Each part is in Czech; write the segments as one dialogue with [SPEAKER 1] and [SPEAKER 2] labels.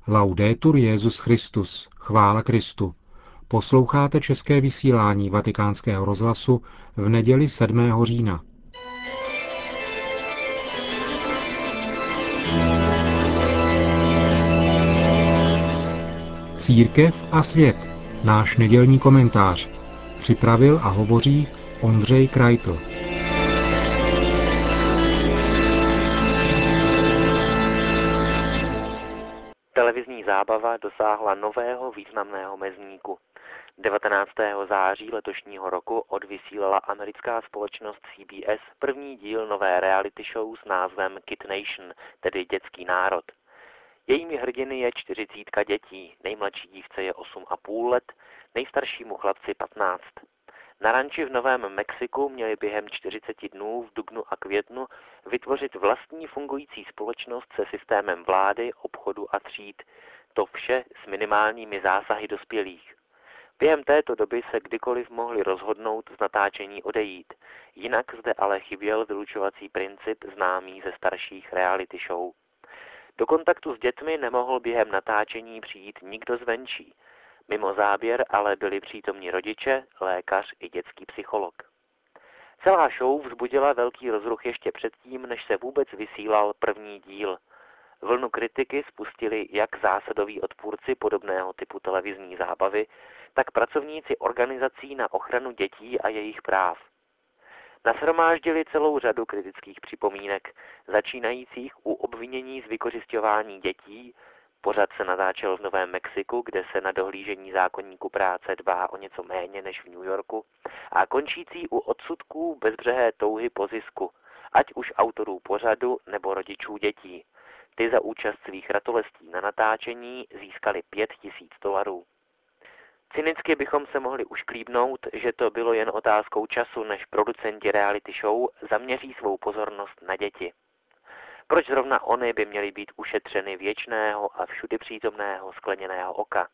[SPEAKER 1] Laudetur Jesus Christus, chvála Kristu. Posloucháte české vysílání Vatikánského rozhlasu v neděli 7. října. Církev a svět. Náš nedělní komentář. Připravil a hovoří Ondřej Krajtl.
[SPEAKER 2] Televizní zábava dosáhla nového významného mezníku. 19. září letošního roku odvysílala americká společnost CBS první díl nové reality show s názvem Kid Nation, tedy Dětský národ. Jejími hrdiny je 40 dětí, nejmladší dívce je 8,5 let, nejstaršímu chlapci 15. Na ranči v Novém Mexiku měli během 40 dnů v dubnu a květnu vytvořit vlastní fungující společnost se systémem vlády, obchodu a tříd. To vše s minimálními zásahy dospělých. Během této doby se kdykoliv mohli rozhodnout z natáčení odejít. Jinak zde ale chyběl vylučovací princip známý ze starších reality show. Do kontaktu s dětmi nemohl během natáčení přijít nikdo zvenčí. Mimo záběr ale byli přítomní rodiče, lékař i dětský psycholog. Celá show vzbudila velký rozruch ještě předtím, než se vůbec vysílal první díl. Vlnu kritiky spustili jak zásadoví odpůrci podobného typu televizní zábavy, tak pracovníci organizací na ochranu dětí a jejich práv. Nashromáždili celou řadu kritických připomínek, začínajících u obvinění z vykořisťování dětí. Pořad se natáčel v Novém Mexiku, kde se na dohlížení zákoníku práce dbá o něco méně než v New Yorku, a končící u odsudků bezbřehé touhy po zisku, ať už autorů pořadu nebo rodičů dětí. Ty za účast svých ratolestí na natáčení získali $5,000. Cynicky bychom se mohli ušklíbnout, že to bylo jen otázkou času, než producenti reality show zaměří svou pozornost na děti. Proč zrovna ony by měly být ušetřeny věčného a všudy přítomného skleněného oka?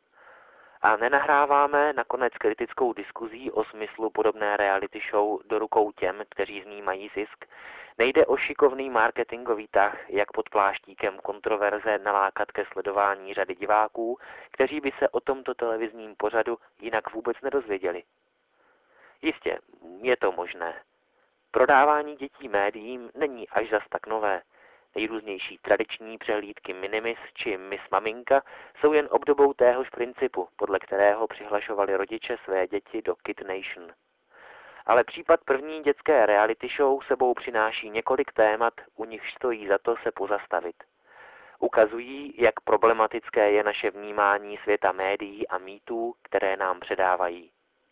[SPEAKER 2] A nenahráváme nakonec kritickou diskuzí o smyslu podobné reality show do rukou těm, kteří z ní mají zisk? Nejde o šikovný marketingový tah, jak pod pláštíkem kontroverze nalákat ke sledování řady diváků, kteří by se o tomto televizním pořadu jinak vůbec nedozvěděli. Jistě, je to možné. Prodávání dětí médiím není až zas tak nové. Nejrůznější tradiční přehlídky Minimis či Miss Maminka jsou jen obdobou téhož principu, podle kterého přihlašovali rodiče své děti do Kid Nation. Ale případ první dětské reality show sebou přináší několik témat, u nichž stojí za to se pozastavit. Ukazují, jak problematické je naše vnímání světa médií a mýtů, které nám předávají.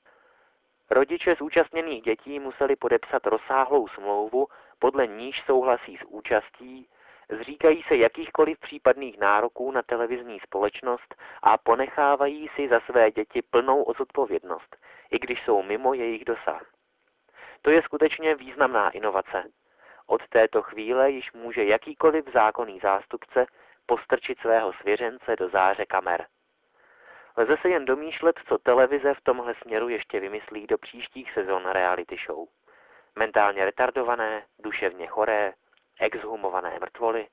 [SPEAKER 2] Rodiče zúčastněných dětí museli podepsat rozsáhlou smlouvu, podle níž souhlasí s účastí, zříkají se jakýchkoliv případných nároků na televizní společnost a ponechávají si za své děti plnou odpovědnost, i když jsou mimo jejich dosah. To je skutečně významná inovace. Od této chvíle již může jakýkoliv zákonný zástupce postrčit svého svěřence do záře kamer. Lze se jen domýšlet, co televize v tomhle směru ještě vymyslí do příštích sezon reality show. Mentálně retardované, duševně choré, exhumované mrtvoly.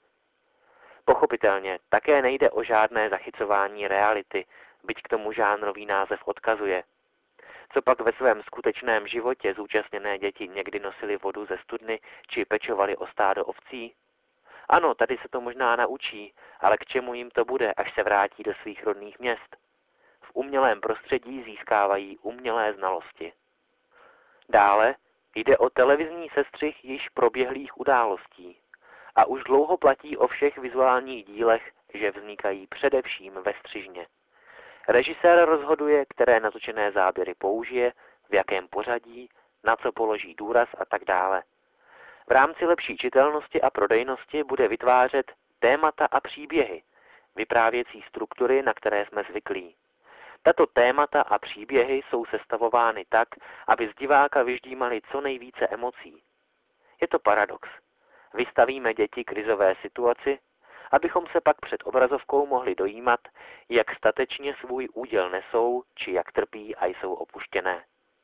[SPEAKER 2] Pochopitelně také nejde o žádné zachycování reality, byť k tomu žánrový název odkazuje. Copak ve svém skutečném životě zúčastněné děti někdy nosily vodu ze studny či pečovali o stádo ovcí? Ano, tady se to možná naučí, ale k čemu jim to bude, až se vrátí do svých rodných měst? V umělém prostředí získávají umělé znalosti. Dále jde o televizní sestřih již proběhlých událostí. A už dlouho platí o všech vizuálních dílech, že vznikají především ve střižně. Režisér rozhoduje, které natočené záběry použije, v jakém pořadí, na co položí důraz a tak dále. V rámci lepší čitelnosti a prodejnosti bude vytvářet témata a příběhy, vyprávěcí struktury, na které jsme zvyklí. Tato témata a příběhy jsou sestavovány tak, aby z diváka vyždímaly co nejvíce emocí. Je to paradox. Vystavíme děti krizové situaci, abychom se pak před obrazovkou mohli dojímat, jak statečně svůj úděl nesou, či jak trpí a jsou opuštěné.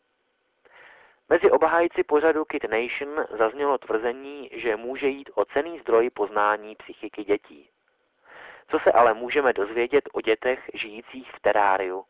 [SPEAKER 2] Mezi obhájci pořadu Kid Nation zaznělo tvrzení, že může jít o cenný zdroj poznání psychiky dětí. Co se ale můžeme dozvědět o dětech žijících v teráriu?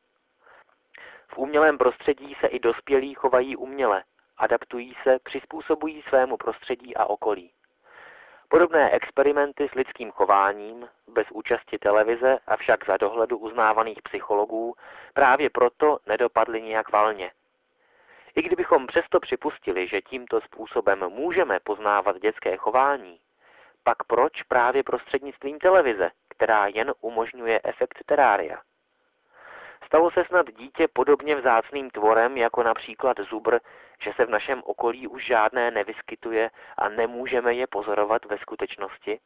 [SPEAKER 2] V umělém prostředí se i dospělí chovají uměle, adaptují se, přizpůsobují svému prostředí a okolí. Podobné experimenty s lidským chováním, bez účasti televize, avšak za dohledu uznávaných psychologů, právě proto nedopadly nijak valně. I kdybychom přesto připustili, že tímto způsobem můžeme poznávat dětské chování, pak proč právě prostřednictvím televize, která jen umožňuje efekt terária? Stalo se snad dítě podobně vzácným tvorem, jako například zubr, že se v našem okolí už žádné nevyskytuje a nemůžeme je pozorovat ve skutečnosti?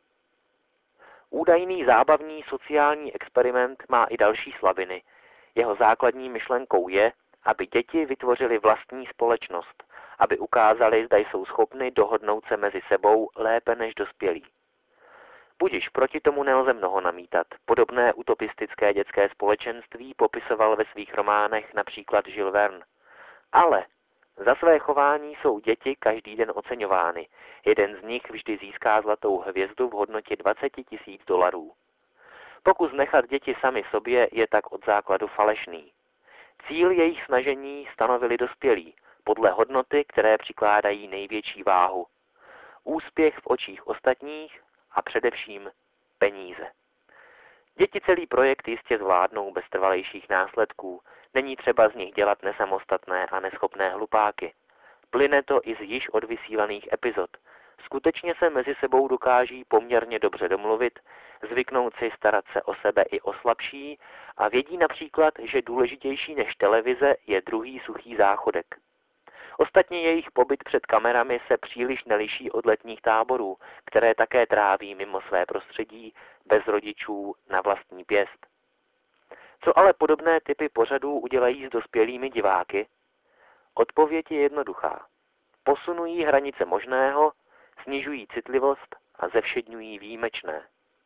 [SPEAKER 2] Údajný zábavní sociální experiment má i další slabiny. Jeho základní myšlenkou je, aby děti vytvořily vlastní společnost, aby ukázali, zda jsou schopny dohodnout se mezi sebou lépe než dospělí. Budiž, proti tomu nelze mnoho namítat. Podobné utopistické dětské společenství popisoval ve svých románech například Jules Verne. Ale za své chování jsou děti každý den oceňovány. Jeden z nich vždy získá zlatou hvězdu v hodnotě $20,000. Pokus nechat děti sami sobě je tak od základu falešný. Cíl jejich snažení stanovili dospělí, podle hodnoty, které přikládají největší váhu. Úspěch v očích ostatních a především peníze. Děti celý projekt jistě zvládnou bez trvalejších následků. Není třeba z nich dělat nesamostatné a neschopné hlupáky. Plyne to i z již odvysílaných epizod. Skutečně se mezi sebou dokáží poměrně dobře domluvit, zvyknout si starat se o sebe i o slabší a vědí například, že důležitější než televize je druhý suchý záchodek. Ostatně jejich pobyt před kamerami se příliš neliší od letních táborů, které také tráví mimo své prostředí, bez rodičů, na vlastní pěst. Co ale podobné typy pořadů udělají s dospělými diváky? Odpověď je jednoduchá. Posunují hranice možného, snižují citlivost a zevšedňují výjimečné.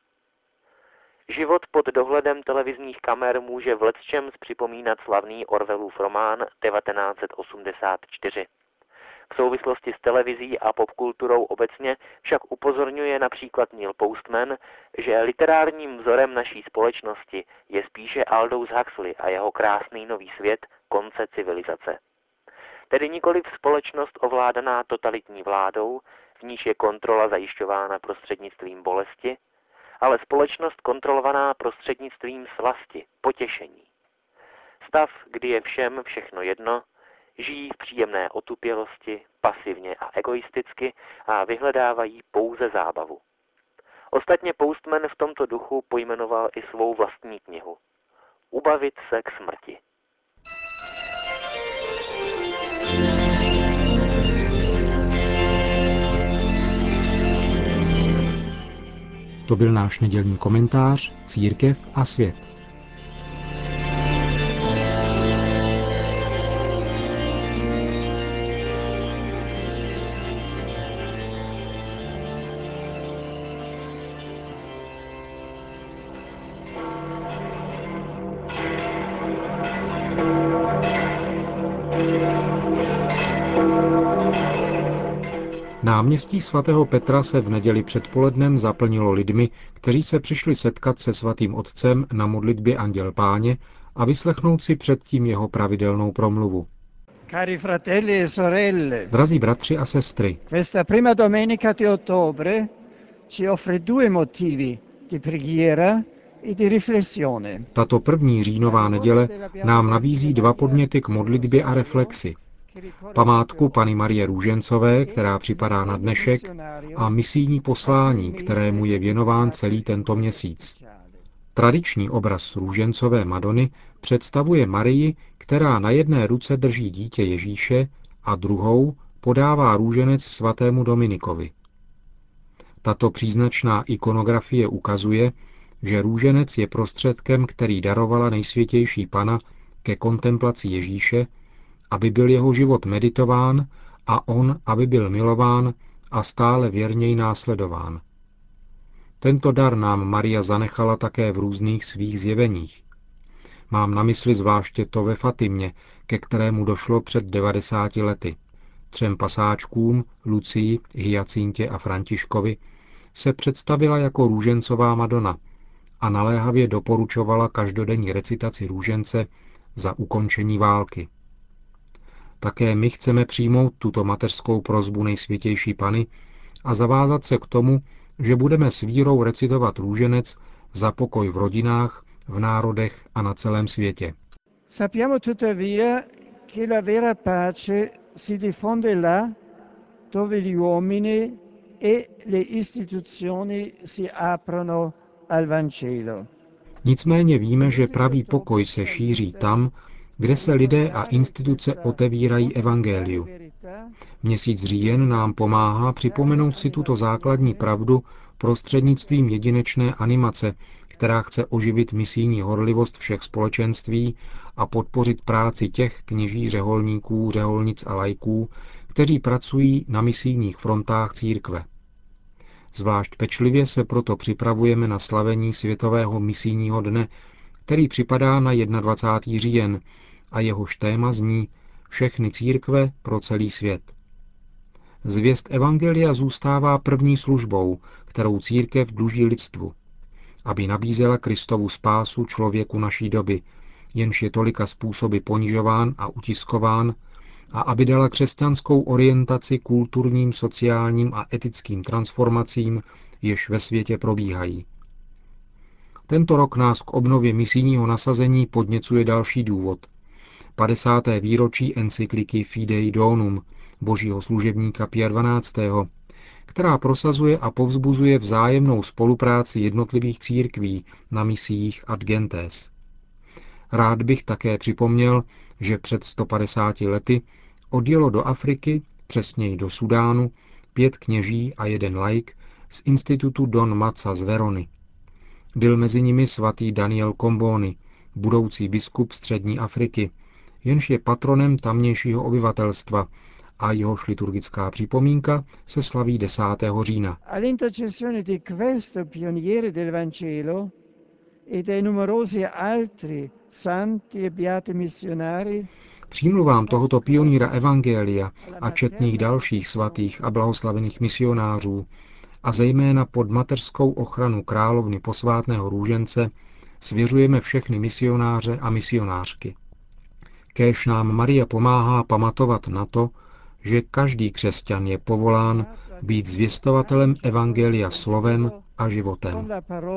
[SPEAKER 2] Život pod dohledem televizních kamer může v lecčems připomínat slavný Orwellův román 1984. V souvislosti s televizí a popkulturou obecně však upozorňuje například Neil Postman, že literárním vzorem naší společnosti je spíše Aldous Huxley a jeho Krásný nový svět konce civilizace. Tedy nikoliv společnost ovládaná totalitní vládou, v níž je kontrola zajišťována prostřednictvím bolesti, ale společnost kontrolovaná prostřednictvím slasti, potěšení. Stav, kdy je všem všechno jedno, žijí v příjemné otupělosti, pasivně a egoisticky a vyhledávají pouze zábavu. Ostatně Postman v tomto duchu pojmenoval i svou vlastní knihu. Ubavit se k smrti.
[SPEAKER 1] To byl náš nedělní komentář Církev a svět. Náměstí svatého Petra se v neděli předpolednem zaplnilo lidmi, kteří se přišli setkat se svatým otcem na modlitbě Anděl Páně a vyslechnout si předtím jeho pravidelnou promluvu.
[SPEAKER 3] Cari fratelli e sorelle,
[SPEAKER 1] Drazí bratři a sestry,
[SPEAKER 3] questa prima domenica di ottobre ci offre due motivi di preghiera e di riflessione.
[SPEAKER 1] tato první říjnová neděle nám nabízí dva podněty k modlitbě a reflexi. Památku Panny Marie Růžencové, která připadá na dnešek, a misijní poslání, kterému je věnován celý tento měsíc. Tradiční obraz Růžencové Madony představuje Marii, která na jedné ruce drží dítě Ježíše a druhou podává růženec svatému Dominikovi. Tato příznačná ikonografie ukazuje, že růženec je prostředkem, který darovala Nejsvětější Panna ke kontemplaci Ježíše, aby byl jeho život meditován a on, aby byl milován a stále věrněji následován. Tento dar nám Maria zanechala také v různých svých zjeveních. Mám na mysli zvláště to ve Fatimě, ke kterému došlo před 90 lety. 3 pasáčkům, Lucii, Hyacintě a Františkovi, se představila jako růžencová Madonna a naléhavě doporučovala každodenní recitaci růžence za ukončení války. Také my chceme přijmout tuto mateřskou prosbu Nejsvětější Panny a zavázat se k tomu, že budeme s vírou recitovat růženec za pokoj v rodinách, v národech a na celém světě.
[SPEAKER 3] Sappiamo tuttavia che la vera pace si diffonde là dove gli uomini e le istituzioni si aprono al Vangelo.
[SPEAKER 1] Nicméně víme, že pravý pokoj se šíří tam, kde se lidé a instituce otevírají evangeliu. Měsíc říjen nám pomáhá připomenout si tuto základní pravdu prostřednictvím jedinečné animace, která chce oživit misijní horlivost všech společenství a podpořit práci těch kněží, řeholníků, řeholnic a laiků, kteří pracují na misijních frontách církve. Zvlášť pečlivě se proto připravujeme na slavení Světového misijního dne, který připadá na 21. říjen a jehož téma zní Všechny církve pro celý svět. Zvěst evangelia zůstává první službou, kterou církev dluží lidstvu, aby nabízela Kristovu spásu člověku naší doby, jenž je tolika způsoby ponižován a utiskován, a aby dala křesťanskou orientaci kulturním, sociálním a etickým transformacím, jež ve světě probíhají. Tento rok nás k obnově misijního nasazení podněcuje další důvod. 50. výročí encykliky Fidei Donum, božího služebníka Pia XII., která prosazuje a povzbuzuje vzájemnou spolupráci jednotlivých církví na misiích ad gentes. Rád bych také připomněl, že před 150 lety odjelo do Afriky, přesněji do Sudánu, 5 kněží a 1 laik z institutu Don Maca z Verony. Byl mezi nimi svatý Daniel Comboni, budoucí biskup střední Afriky, jenž je patronem tamnějšího obyvatelstva a jehož liturgická připomínka se slaví 10. října.
[SPEAKER 3] All'intercessione di questo pioniere del Vangelo e dei numerosi altri santi e beati missionari
[SPEAKER 1] Přímluvám tohoto pionýra evangelia a četných dalších svatých a blahoslavených misionářů a zejména pod mateřskou ochranu královny posvátného růžence svěřujeme všechny misionáře a misionářky. Kéž nám Maria pomáhá pamatovat na to, že každý křesťan je povolán být zvěstovatelem evangelia slovem a životem.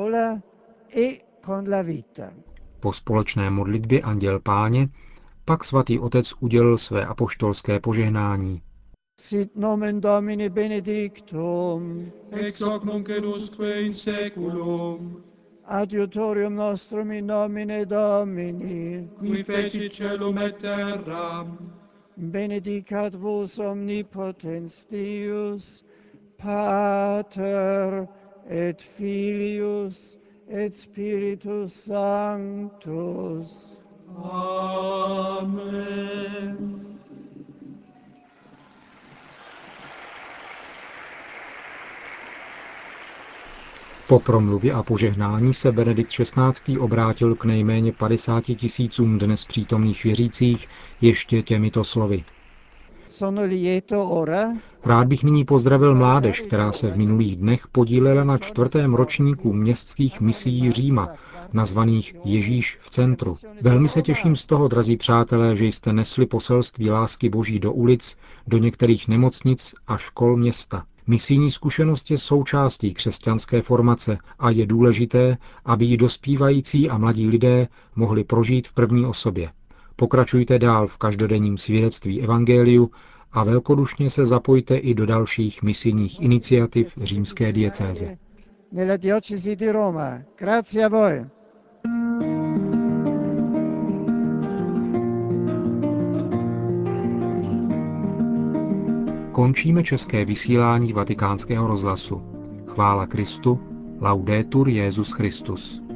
[SPEAKER 1] Po společné modlitbě Anděl Páně pak svatý otec udělil své apoštolské požehnání.
[SPEAKER 3] Sit nomen Domini benedictum,
[SPEAKER 4] ex hoc nunc et usque in seculum,
[SPEAKER 3] adiutorium nostrum in nomine Domini,
[SPEAKER 4] qui fecit caelum et terram,
[SPEAKER 3] benedicat vos omnipotens Deus, Pater et Filius et Spiritus Sanctus.
[SPEAKER 4] Amen.
[SPEAKER 1] Po promluvě a požehnání se Benedikt XVI. Obrátil k nejméně 50 000 dnes přítomných věřících ještě těmito slovy. Rád bych nyní pozdravil mládež, která se v minulých dnech podílela na 4. ročníku městských misií Říma, nazvaných Ježíš v centru. Velmi se těším z toho, drazí přátelé, že jste nesli poselství lásky Boží do ulic, do některých nemocnic a škol města. Misijní zkušenost je součástí křesťanské formace a je důležité, aby ji dospívající a mladí lidé mohli prožít v první osobě. Pokračujte dál v každodenním svědectví evangeliu a velkodušně se zapojte i do dalších misijních iniciativ římské diecéze. Končíme české vysílání Vatikánského rozhlasu. Chvála Kristu, laudetur Jesus Christus.